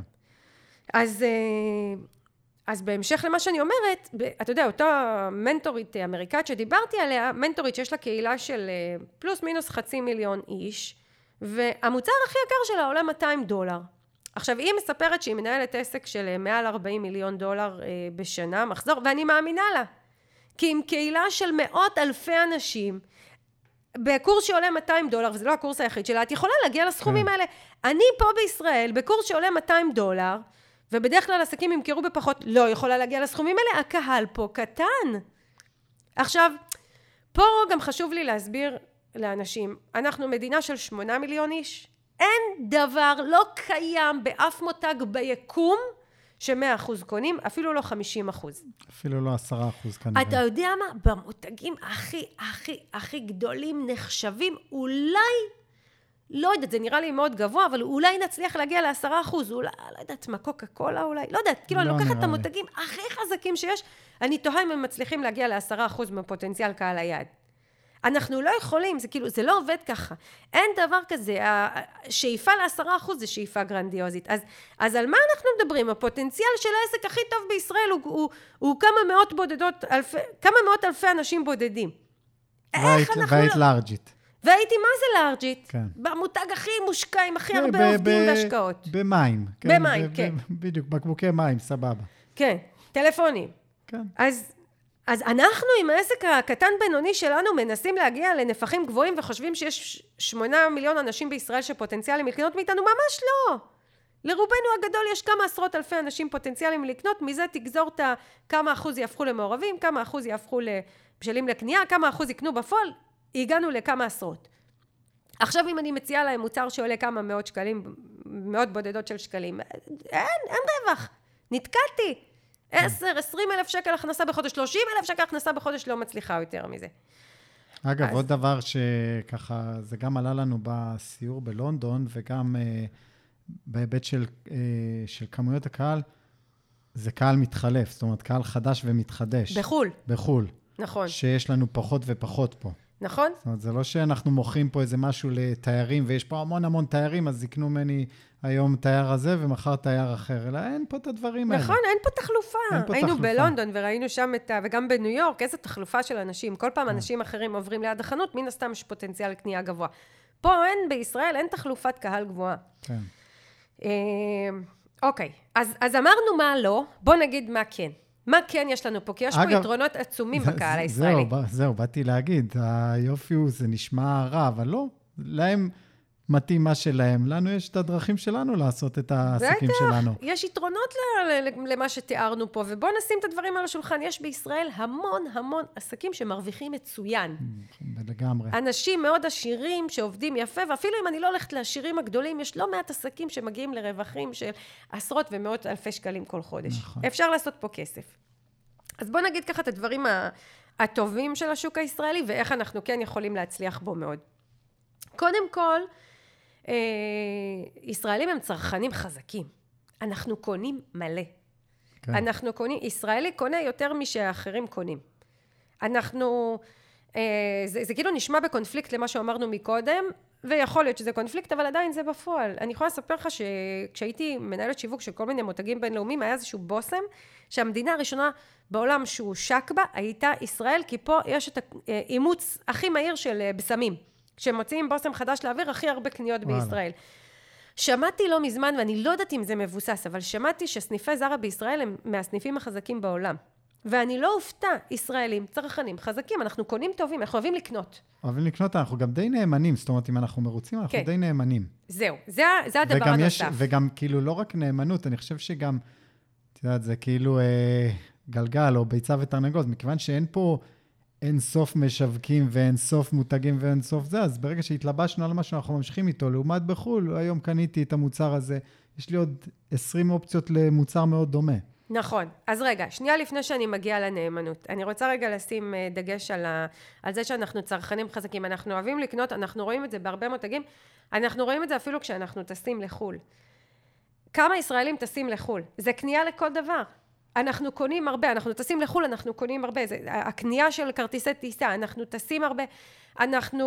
אז בהמשך למה שאני אומרת, אתה יודע, אותה מנטורית אמריקאית שדיברתי עליה, מנטורית שיש לה קהילה של פלוס מינוס 500,000 איש, והמוצר הכי יקר שלה עולה 200 דולר. עכשיו, היא מספרת שהיא מנהלת עסק של מעל 40 מיליון דולר בשנה, מחזור, ואני מאמינה לה. כי עם קהילה של מאות אלפי אנשים, בקורס שעולה 200 דולר, וזה לא הקורס היחיד שלה, את יכולה להגיע לסכומים האלה. אני פה בישראל, בקורס שעולה 200 דולר, ובדרך כלל עסקים ימכרו בפחות, לא יכולה להגיע לסכומים האלה, הקהל פה קטן. עכשיו, פה גם חשוב לי להסביר לאנשים, אנחנו מדינה של 8 מיליון איש, אין דבר, לא קיים באף מותג ביקום, ש100% קונים, אפילו לא 50%. אפילו לא 10% כנראה. אתה יודע מה? במותגים הכי גדולים נחשבים, אולי, לא יודעת, זה נראה לי מאוד גבוה, אבל אולי נצליח להגיע ל10%, אולי, לא יודעת, מה, קוקה קולה אולי, לא יודעת, כאילו אני לוקחת את המותגים הכי חזקים שיש, אני תוהה אם הם מצליחים להגיע ל10% מהפוטנציאל קהל היעד. אנחנו לא יכולים, זה כאילו, זה לא עובד ככה. אין דבר כזה, השאיפה ל10% זה שאיפה גרנדיוזית. אז על מה אנחנו מדברים? הפוטנציאל של העסק הכי טוב בישראל הוא כמה מאות אלפי אנשים בודדים. והיית לארג'ית. והייתי מה זה לארג'ית? כן. במותג הכי מושקע, עם הכי הרבה עובדים והשקעות. במים. במים, כן. בדיוק, בקבוקי מים, סבבה. כן, טלפונים. כן. אז אנחנו עם העסק הקטן בינוני שלנו מנסים להגיע לנפחים גבוהים וחושבים שיש 8 מיליון אנשים בישראל שפוטנציאלים לקנות מאיתנו, ממש לא. לרובנו הגדול יש כמה עשרות אלפי אנשים פוטנציאלים לקנות, מזה תגזור את כמה אחוז יהפכו למעורבים, כמה אחוז יהפכו לבשלים לקנייה, כמה אחוז יקנו בפועל, הגענו לכמה עשרות. עכשיו אם אני מציעה להם מוצר שעולה כמה מאות שקלים, מאות בודדות של שקלים, אין רווח, נתקעתי. 10, 20 אלף שקל הכנסה בחודש, 30 אלף שקל הכנסה בחודש, לא מצליחה יותר מזה. אגב, עוד דבר שככה, זה גם עלה לנו בסיור בלונדון, וגם בהיבט של כמויות הקהל, זה קהל מתחלף, זאת אומרת, קהל חדש ומתחדש. בחול. נכון. שיש לנו פחות ופחות פה. נכון. זאת אומרת, זה לא שאנחנו מוכרים פה איזה משהו לתיירים, ויש פה המון תיירים, אז יקנו ממני היום תייר הזה, ומחר תייר אחר, אלא אין פה את הדברים האלה. נכון, אין פה תחלופה. היינו בלונדון וראינו שם וגם בניו יורק, איזו תחלופה של אנשים. כל פעם אנשים אחרים עוברים ליד החנות, מן הסתם יש פוטנציאל קנייה גבוה. פה בישראל אין תחלופת קהל גבוהה. כן. אוקיי, אז אמרנו מה לא, בוא נגיד מה כן. מה כן יש לנו פה? כי יש פה יתרונות עצומים בקהל הישראלי. זהו, באתי להגיד, היופי הוא, זה נשמע רע, אבל לא, להם מתאים מה שלהם, לנו יש את הדרכים שלנו לעשות את העסקים שלנו. בטח, יש יתרונות למה שתיארנו פה, ובוא נשים את הדברים על השולחן. יש בישראל המון המון עסקים שמרוויחים מצוין. לגמרי. אנשים מאוד עשירים שעובדים יפה, ואפילו אם אני לא הולכת לעשירים הגדולים, יש לא מעט עסקים שמגיעים לרווחים של עשרות ומאות אלפי שקלים כל חודש. נכון. אפשר לעשות פה כסף. אז בוא נגיד ככה את הדברים הטובים של השוק הישראלי, ואיך אנחנו כן יכולים להצליח בו מאוד. קודם כל, ישראלים הם צרכנים חזקים. אנחנו קונים מלא. כן. אנחנו קונים, ישראלי קונה יותר משאחרים קונים. אנחנו, זה כאילו נשמע בקונפליקט למה שאמרנו מקודם, ויכול להיות שזה קונפליקט, אבל עדיין זה בפועל. אני יכולה לספר לך שכשהייתי מנהלת שיווק של כל מיני מותגים בינלאומיים, היה איזשהו בוסם, שהמדינה הראשונה בעולם שהוא שק בה, הייתה ישראל, כי פה יש את האימוץ הכי מהיר של בסמים. כשמוצאים בוסם חדש לאוויר, הכי הרבה קניות בישראל. שמעתי לא מזמן, ואני לא יודעת אם זה מבוסס, אבל שמעתי שסניפי זרה בישראל הם מהסניפים החזקים בעולם. ואני לא אופתע, ישראלים, צרכנים, חזקים, אנחנו קונים טובים, אנחנו אוהבים לקנות. אוהבים לקנות, אנחנו גם די נאמנים, זאת אומרת, אם אנחנו מרוצים, אנחנו די נאמנים. זהו, זה הדבר הנוסף. וגם כאילו לא רק נאמנות, אני חושב שגם, את יודעת, זה כאילו גלגל או ביצה ותרנגוז, מכיוון שאין פה אין סוף משווקים ואין סוף מותגים ואין סוף זה, אז ברגע שהתלבשנו על משהו, אנחנו ממשיכים איתו. לעומת בחול, היום קניתי את המוצר הזה, יש לי עוד 20 אופציות למוצר מאוד דומה. נכון. אז רגע, שנייה לפני שאני מגיעה לנאמנות. אני רוצה רגע לשים דגש על זה שאנחנו צרכנים חזקים. אנחנו אוהבים לקנות, אנחנו רואים את זה בהרבה מותגים, אנחנו רואים את זה אפילו כשאנחנו טסים לחול. כמה ישראלים טסים לחול? זה קנייה לכל דבר. אנחנו קונים הרבה, אנחנו טסים לחול, אנחנו קונים הרבה, זה, הקנייה של כרטיסי טיסה, אנחנו טסים הרבה, אנחנו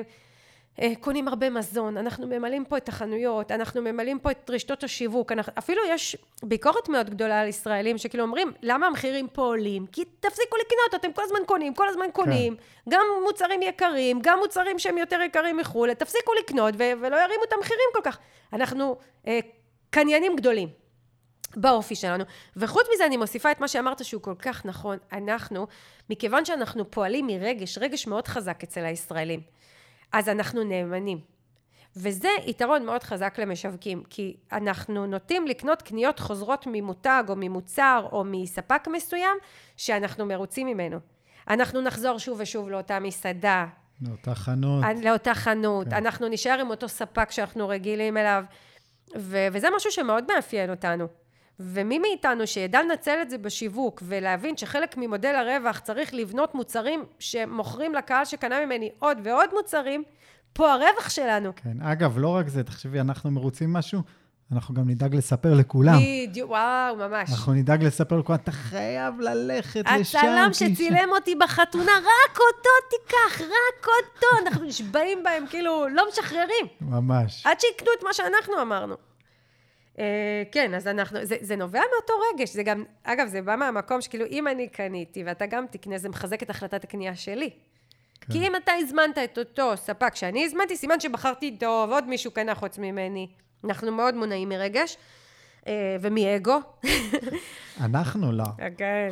קונים הרבה מזון, אנחנו ממלאים פה את החנויות, אנחנו ממלאים פה את רשתות השיווק, אפילו יש ביקורת מאוד גדולה על ישראלים, שכאילו אומרים, למה המחירים פה עולים? כי תפסיקו לקנות, אתם כל הזמן קונים, כל הזמן קונים, כן. גם מוצרים יקרים, גם מוצרים שהם יותר יקרים מחול, תפסיקו לקנות ולא ירימו את המחירים כל כך. אנחנו קניינים גדולים. באופי שלנו, וחוץ מזה אני מוסיפה את מה שאמרת שהוא כל כך נכון, אנחנו, מכיוון שאנחנו פועלים מרגש, רגש מאוד חזק אצל הישראלים, אז אנחנו נאמנים, וזה יתרון מאוד חזק למשווקים, כי אנחנו נוטים לקנות קניות חוזרות ממותג או ממוצר או מספק מסוים, שאנחנו מרוצים ממנו. אנחנו נחזור שוב ושוב לאותה מסעדה, לאותה חנות, כן. אנחנו נשאר עם אותו ספק שאנחנו רגילים אליו, וזה משהו שמאוד מאפיין אותנו. ומי מאיתנו שידע לנצל את זה בשיווק, ולהבין שחלק ממודל הרווח צריך לבנות מוצרים שמוכרים לקהל שקנה ממני עוד ועוד מוצרים, פה הרווח שלנו. כן, אגב, לא רק זה, תחשבי, אנחנו מרוצים משהו, אנחנו גם נדאג לספר לכולם. בדיוק, וואו, ממש. אנחנו נדאג לספר לכולם, אתה חייב ללכת לשם. הצלם שצילם אותי בחתונה, רק אותו תיקח, רק אותו. אנחנו נשבעים בהם, כאילו, לא משחררים. ממש. עד שיקנו את מה שאנחנו אמרנו. כן, אז זה נובע מאותו רגש, זה גם, אגב, זה בא מהמקום שכאילו, אם אני קניתי, ואתה גם תקנה, זה מחזק את החלטת הקנייה שלי. כן. כי אם אתה הזמנת את אותו ספק שאני הזמנתי, סימן שבחרתי טוב, עוד מישהו קנה חוץ ממני. אנחנו מאוד מונעים מרגש, ומאגו. אנחנו לא. כן.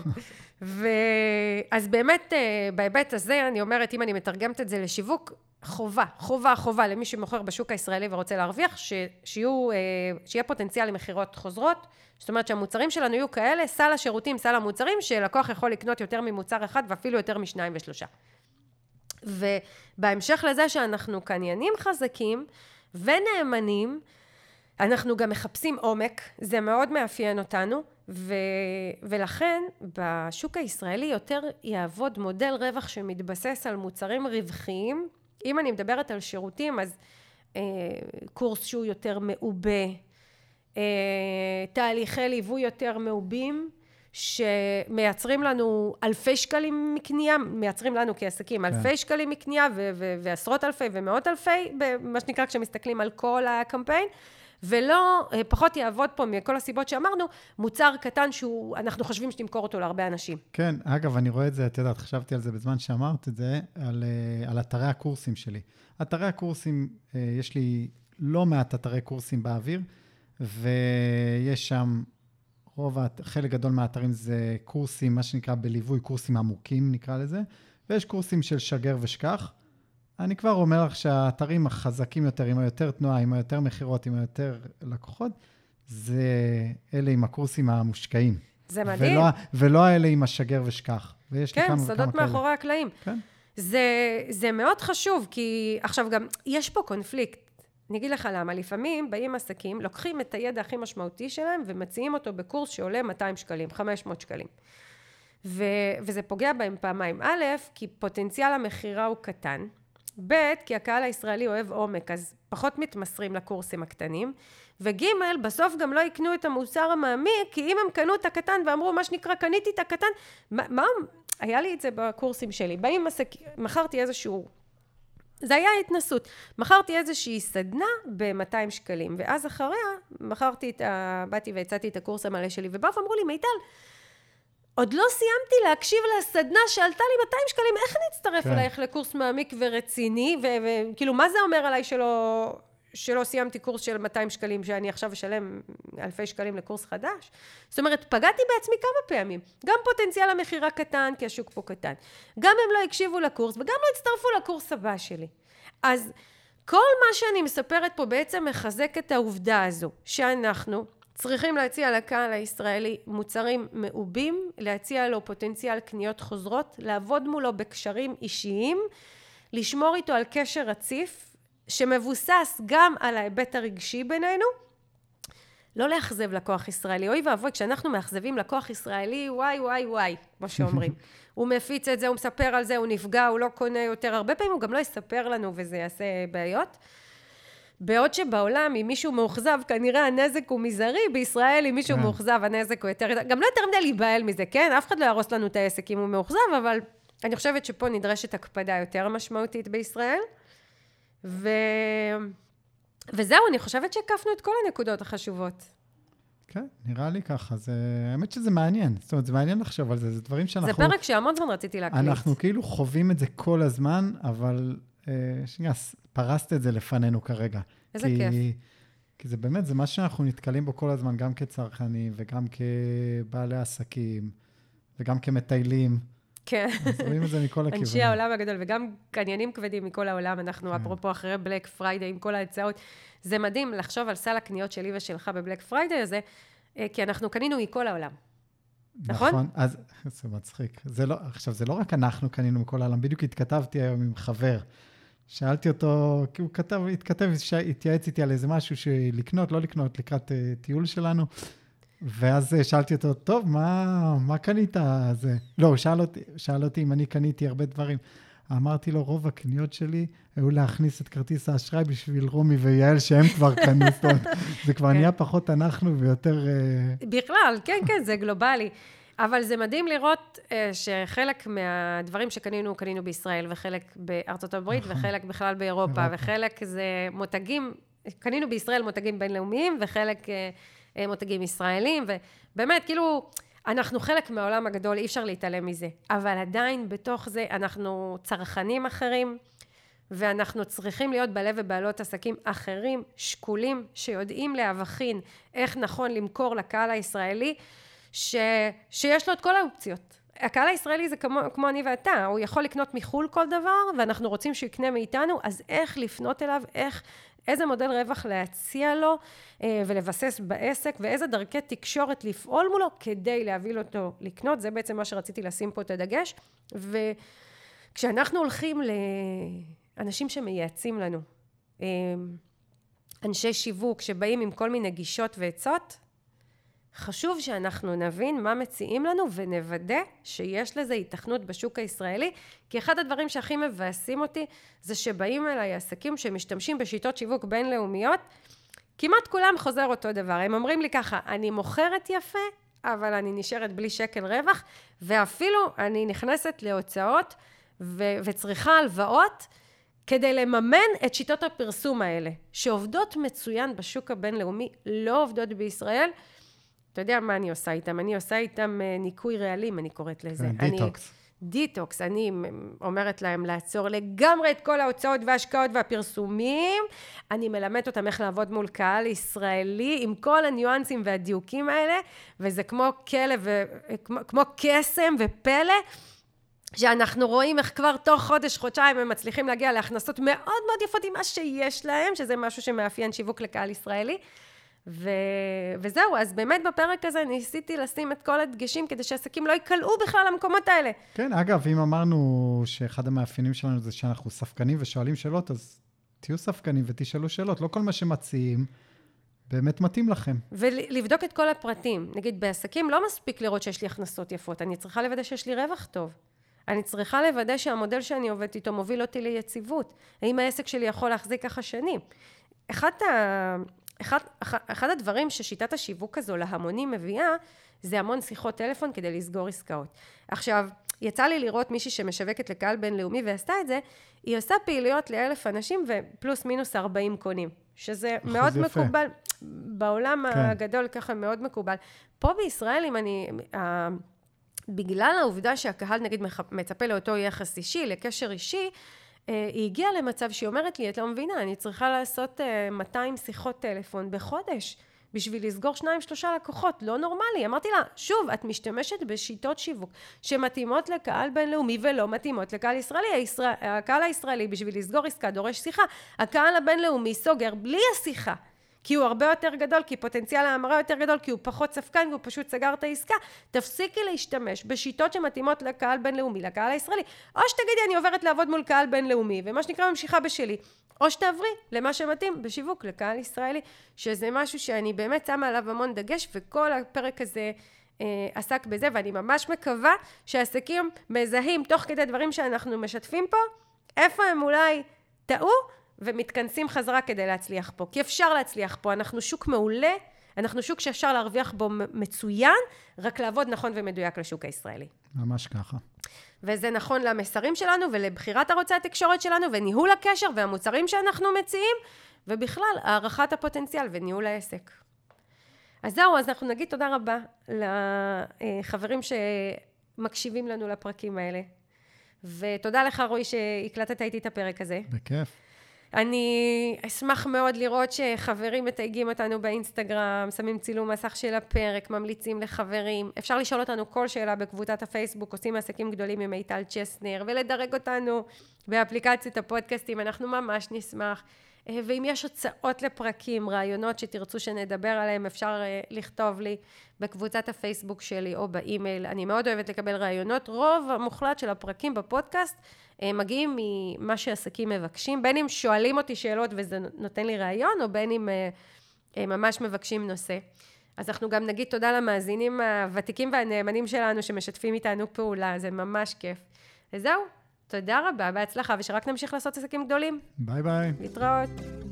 אז באמת, בהיבט הזה, אני אומרת, אם אני מתרגמת את זה לשיווק, חובה למי שמוכר בשוק הישראלי ורוצה להרוויח, שיהיה פוטנציאל למחירות חוזרות, זאת אומרת שהמוצרים שלנו יהיו כאלה, סל השירותים, סל המוצרים, שלקוח יכול לקנות יותר ממוצר אחד, ואפילו יותר משניים ושלושה. ובהמשך לזה שאנחנו קניינים חזקים ונאמנים, אנחנו גם מחפשים עומק, זה מאוד מאפיין אותנו, ולכן בשוק הישראלי יותר יעבוד מודל רווח שמתבסס על מוצרים רווחיים. אם אני מדברת על שירותים, אז קורס שהוא יותר מעובה, תהליכי ליווי יותר מעובים, שמייצרים לנו אלפי שקלים מקנייה, מייצרים לנו כעסקים אלפי שקלים מקנייה, ועשרות אלפי ומאות אלפי, מה שנקרא כשמסתכלים על כל הקמפיין, ולא, פחות יעבוד פה מכל הסיבות שאמרנו, מוצר קטן שאנחנו חושבים שתמכור אותו להרבה אנשים. כן, אגב, אני רואה את זה, את יודעת, חשבתי על זה בזמן שאמרת את זה, על אתרי הקורסים שלי. אתרי הקורסים, יש לי לא מעט אתרי קורסים באוויר, ויש שם, חלק גדול מהאתרים זה קורסים, מה שנקרא בליווי, קורסים עמוקים נקרא לזה, ויש קורסים של שגר ושכח. אני כבר אומר לך שהאתרים החזקים יותר, עם היותר תנועה, עם היותר מחירות, עם היותר לקוחות, זה אלה עם הקורסים המושקעים. זה מדהים. ולא אלה עם השגר ושכח. כן, סודות מאחורי הקלעים. כן. זה מאוד חשוב, כי עכשיו גם יש פה קונפליקט. אני אגיד לך למה, לפעמים באים עסקים, לוקחים את הידע הכי משמעותי שלהם, ומציעים אותו בקורס שעולה 200 שקלים, 500 שקלים. וזה פוגע בהם פעמיים. א', כי פוטנציאל המחירה הוא קטן. ב', כי הקהל הישראלי אוהב עומק, אז פחות מתמסרים לקורסים הקטנים. וג', בסוף גם לא יקנו את המוצר המעמיק, כי אם הם קנו את הקטן ואמרו, מה שנקרא, קניתי את הקטן, היה לי את זה בקורסים שלי. באים מכרתי איזשהו, זה היה התנסות. מכרתי איזושהי סדנה ב-200 שקלים, ואז אחריה באתי והצעתי את הקורס המלא שלי, ובאו ואמרו לי, מיטל, עוד לא סיימתי להקשיב לסדנה שעלתה לי 200 שקלים, איך אני אצטרף אלייך לקורס מעמיק ורציני, וכאילו, מה זה אומר עליי שלא סיימתי קורס של 200 שקלים, שאני עכשיו אשלם אלפי שקלים לקורס חדש? זאת אומרת, פגעתי בעצמי כמה פעמים. גם פוטנציאל המחירה קטן, כי השוק פה קטן. גם הם לא הקשיבו לקורס, וגם לא הצטרפו לקורס הבא שלי. אז כל מה שאני מספרת פה בעצם מחזק את העובדה הזו, שאנחנו צריכים להציע לקהל הישראלי מוצרים מעובים, להציע לו פוטנציאל קניות חוזרות, לעבוד מולו בקשרים אישיים, לשמור איתו על קשר רציף, שמבוסס גם על ההיבט הרגשי בינינו, לא לאכזב לקוח ישראלי. אוי ואבוי, כשאנחנו מאכזבים לקוח ישראלי, וואי, וואי, וואי, כמו שאומרים. הוא מפיץ את זה, הוא מספר על זה, הוא נפגע, הוא לא קונה יותר. הרבה פעמים הוא גם לא יספר לנו וזה יעשה בעיות. בעוד שבעולם, אם מישהו מאוכזב, כנראה הנזק הוא מזערי, בישראל, אם מישהו מאוכזב, הנזק הוא יותר, גם לא יותר מדי להיבהל מזה, כן? אף אחד לא ירוס לנו את העסק אם הוא מאוכזב, אבל אני חושבת שפה נדרשת הקפדה יותר משמעותית בישראל. וזהו, אני חושבת שהקפנו את כל הנקודות החשובות. כן, נראה לי ככה. האמת שזה מעניין. זאת אומרת, זה מעניין לחשוב על זה. זה דברים שאנחנו... זה פרק שהמון זמן רציתי להקליט. אנחנו כאילו חווים את זה כל הזמן, אבל שנייה, פרסת את זה לפנינו כרגע. איזה כיף. כי זה באמת, זה מה שאנחנו נתקלים בו כל הזמן, גם כצרכנים, וגם כבעלי עסקים, וגם כמטיילים. כן. אז רואים את זה מכל הכיוונים. אנשי העולם הגדול, וגם קניינים כבדים מכל העולם, אנחנו אפרופו אחרי בלק פריידי עם כל ההצעות. זה מדהים לחשוב על סל הקניות שלי ושלך בבלק פריידי הזה, כי אנחנו קנינו מכל העולם. נכון? אז זה מצחיק. עכשיו, זה לא רק אנחנו קנינו מכל העולם, בדיוק התכתבתי היום עם חבר, שאלתי אותו, כי הוא התייעץ איתי על איזה משהו שלקנות, לא לקנות, לקראת טיול שלנו, ואז שאלתי אותו, טוב, מה קנית? לא, הוא שאל אותי אם אני קניתי הרבה דברים. אמרתי לו, רוב הקניות שלי היו להכניס את כרטיס האשראי בשביל רומי ויעל, שהם כבר קנו, זאת אומרת, זה כבר נהיה פחות אנחנו ויותר... בכלל, כן, זה גלובלי. אבל זה מדהים לראות שחלק מהדברים שקנינו, קנינו בישראל, וחלק בארצות הברית, וחלק בכלל באירופה, וחלק זה מותגים, קנינו בישראל מותגים בינלאומיים, וחלק מותגים ישראלים, ובאמת, כאילו, אנחנו חלק מהעולם הגדול, אי אפשר להתעלם מזה. אבל עדיין בתוך זה אנחנו צרכנים אחרים, ואנחנו צריכים להיות בעלי ובעלות עסקים אחרים, שקולים, שיודעים להבחין איך נכון למכור לקהל הישראלי, שיש לו את כל האופציות. הקהל הישראלי זה כמו אני ואתה, הוא יכול לקנות מחול כל דבר, ואנחנו רוצים שהוא יקנה מאיתנו, אז איך לפנות אליו, איזה מודל רווח להציע לו, ולבסס בעסק, ואיזה דרכי תקשורת לפעול מולו, כדי להביא אותו לקנות, זה בעצם מה שרציתי לשים פה את הדגש, וכשאנחנו הולכים לאנשים שמייעצים לנו, אנשי שיווק שבאים עם כל מיני גישות ועצות, חשוב שאנחנו נבין מה מציעים לנו ונוודא שיש לזה התכנות בשוק הישראלי, כי אחד הדברים שהכי מבאסים אותי זה שבאים אליי עסקים שמשתמשים בשיטות שיווק בינלאומיות, כמעט כולם חוזר אותו דבר. הם אומרים לי ככה, אני מוכרת יפה, אבל אני נשארת בלי שקל רווח, ואפילו אני נכנסת להוצאות וצריכה הלוואות, כדי לממן את שיטות הפרסום האלה, שעובדות מצוין בשוק הבינלאומי, לא עובדות בישראל. אתה יודע מה אני עושה איתם? אני עושה איתם ניקוי רעלים, אני קוראת לזה. דיטוקס. דיטוקס, אני אומרת להם לעצור לגמרי את כל ההוצאות וההשקעות והפרסומים, אני מלמדת אותם איך לעבוד מול קהל ישראלי, עם כל הניואנסים והדיוקים האלה, וזה כמו כלב, כמו קסם ופלא, שאנחנו רואים איך כבר תוך חודש, חודשיים, הם מצליחים להגיע להכנסות מאוד מאוד יפות עם מה שיש להם, שזה משהו שמאפיין שיווק לקהל ישראלי, וזהו, אז באמת בפרק הזה ניסיתי לשים את כל הדגשים כדי שהעסקים לא יקלעו בכלל למקומות האלה. כן, אגב, אם אמרנו שאחד המאפיינים שלנו זה שאנחנו ספקנים ושואלים שאלות, אז תהיו ספקנים ותשאלו שאלות. לא כל מה שמציעים באמת מתאים לכם. ולבדוק את כל הפרטים. נגיד, בעסקים לא מספיק לראות שיש לי הכנסות יפות, אני צריכה לוודא שיש לי רווח טוב. אני צריכה לוודא שהמודל שאני עובדת איתו מוביל אותי ליציבות. האם העסק שלי יכול להחזיק ככה שנים? אחד הדברים ששיטת השיווק הזו להמונים מביאה, זה המון שיחות טלפון כדי לסגור עסקאות. עכשיו, יצא לי לראות מישהי שמשווקת לקהל בינלאומי ועשתה את זה, היא עושה פעילויות ל1,000 אנשים ופלוס מינוס 40 קונים, שזה מאוד יפה. מקובל, בעולם כן. הגדול ככה מאוד מקובל. פה בישראל, אם אני, בגלל העובדה שהקהל נגיד מצפה לאותו יחס אישי, לקשר אישי, היא הגיעה למצב שהיא אומרת לי, את לא מבינה, אני צריכה לעשות 200 שיחות טלפון בחודש, בשביל לסגור 2-3 לקוחות, לא נורמלי. אמרתי לה, שוב, את משתמשת בשיטות שיווק, שמתאימות לקהל בינלאומי ולא מתאימות לקהל ישראלי. הקהל הישראלי, בשביל לסגור עסקה, דורש שיחה. הקהל הבינלאומי סוגר בלי השיחה. כי הוא הרבה יותר גדול, כי פוטנציאל ההמרה יותר גדול, כי הוא פחות ספקן, והוא פשוט סגר את העסקה. תפסיקי להשתמש בשיטות שמתאימות לקהל בינלאומי, לקהל הישראלי. או שתגידי, אני עוברת לעבוד מול קהל בינלאומי, ומה שנקרא ממשיכה בשלי. או שתעברי למה שמתאים בשיווק לקהל ישראלי, שזה משהו שאני באמת שמה עליו המון דגש, וכל הפרק הזה עסק בזה, ואני ממש מקווה שהעסקים מזהים תוך כדי דברים שאנחנו משתפים פה, איפה הם אולי טעו, ומתכנסים חזרה כדי להצליח פה. כי אפשר להצליח פה, אנחנו שוק מעולה, אנחנו שוק שאפשר להרוויח בו מצוין, רק לעבוד נכון ומדויק לשוק הישראלי. ממש ככה. וזה נכון למסרים שלנו ולבחירת ערוצי התקשורת שלנו וניהול הקשר והמוצרים שאנחנו מציעים, ובכלל הערכת הפוטנציאל וניהול העסק. אז זהו, אז אנחנו נגיד תודה רבה לחברים שמקשיבים לנו לפרקים האלה. ותודה לך רועי שהקלטת איתי את הפרק הזה. בכיף. אני אשמח מאוד לראות שחברים מתייגים אותנו באינסטגרם, שמים צילום מסך של הפרק, ממליצים לחברים. אפשר לשאול אותנו כל שאלה בקבוצת הפייסבוק, עושים עסקים גדולים עם מיטל צ'סנר, ולדרג אותנו באפליקציית הפודקאסטים, אנחנו ממש נשמח. ואם יש הצעות לפרקים, רעיונות שתרצו שנדבר עליהם, אפשר לכתוב לי בקבוצת הפייסבוק שלי או באימייל. אני מאוד אוהבת לקבל רעיונות. רוב המוחלט של הפרקים בפודקאסט מגיעים ממה שעסקים מבקשים, בין אם שואלים אותי שאלות וזה נותן לי רעיון, או בין אם ממש מבקשים נושא. אז אנחנו גם נגיד תודה למאזינים הוותיקים והנאמנים שלנו שמשתפים איתנו פעולה, זה ממש כיף. וזהו, תודה רבה, בהצלחה, ושרק נמשיך לעשות עסקים גדולים. ביי ביי. להתראות.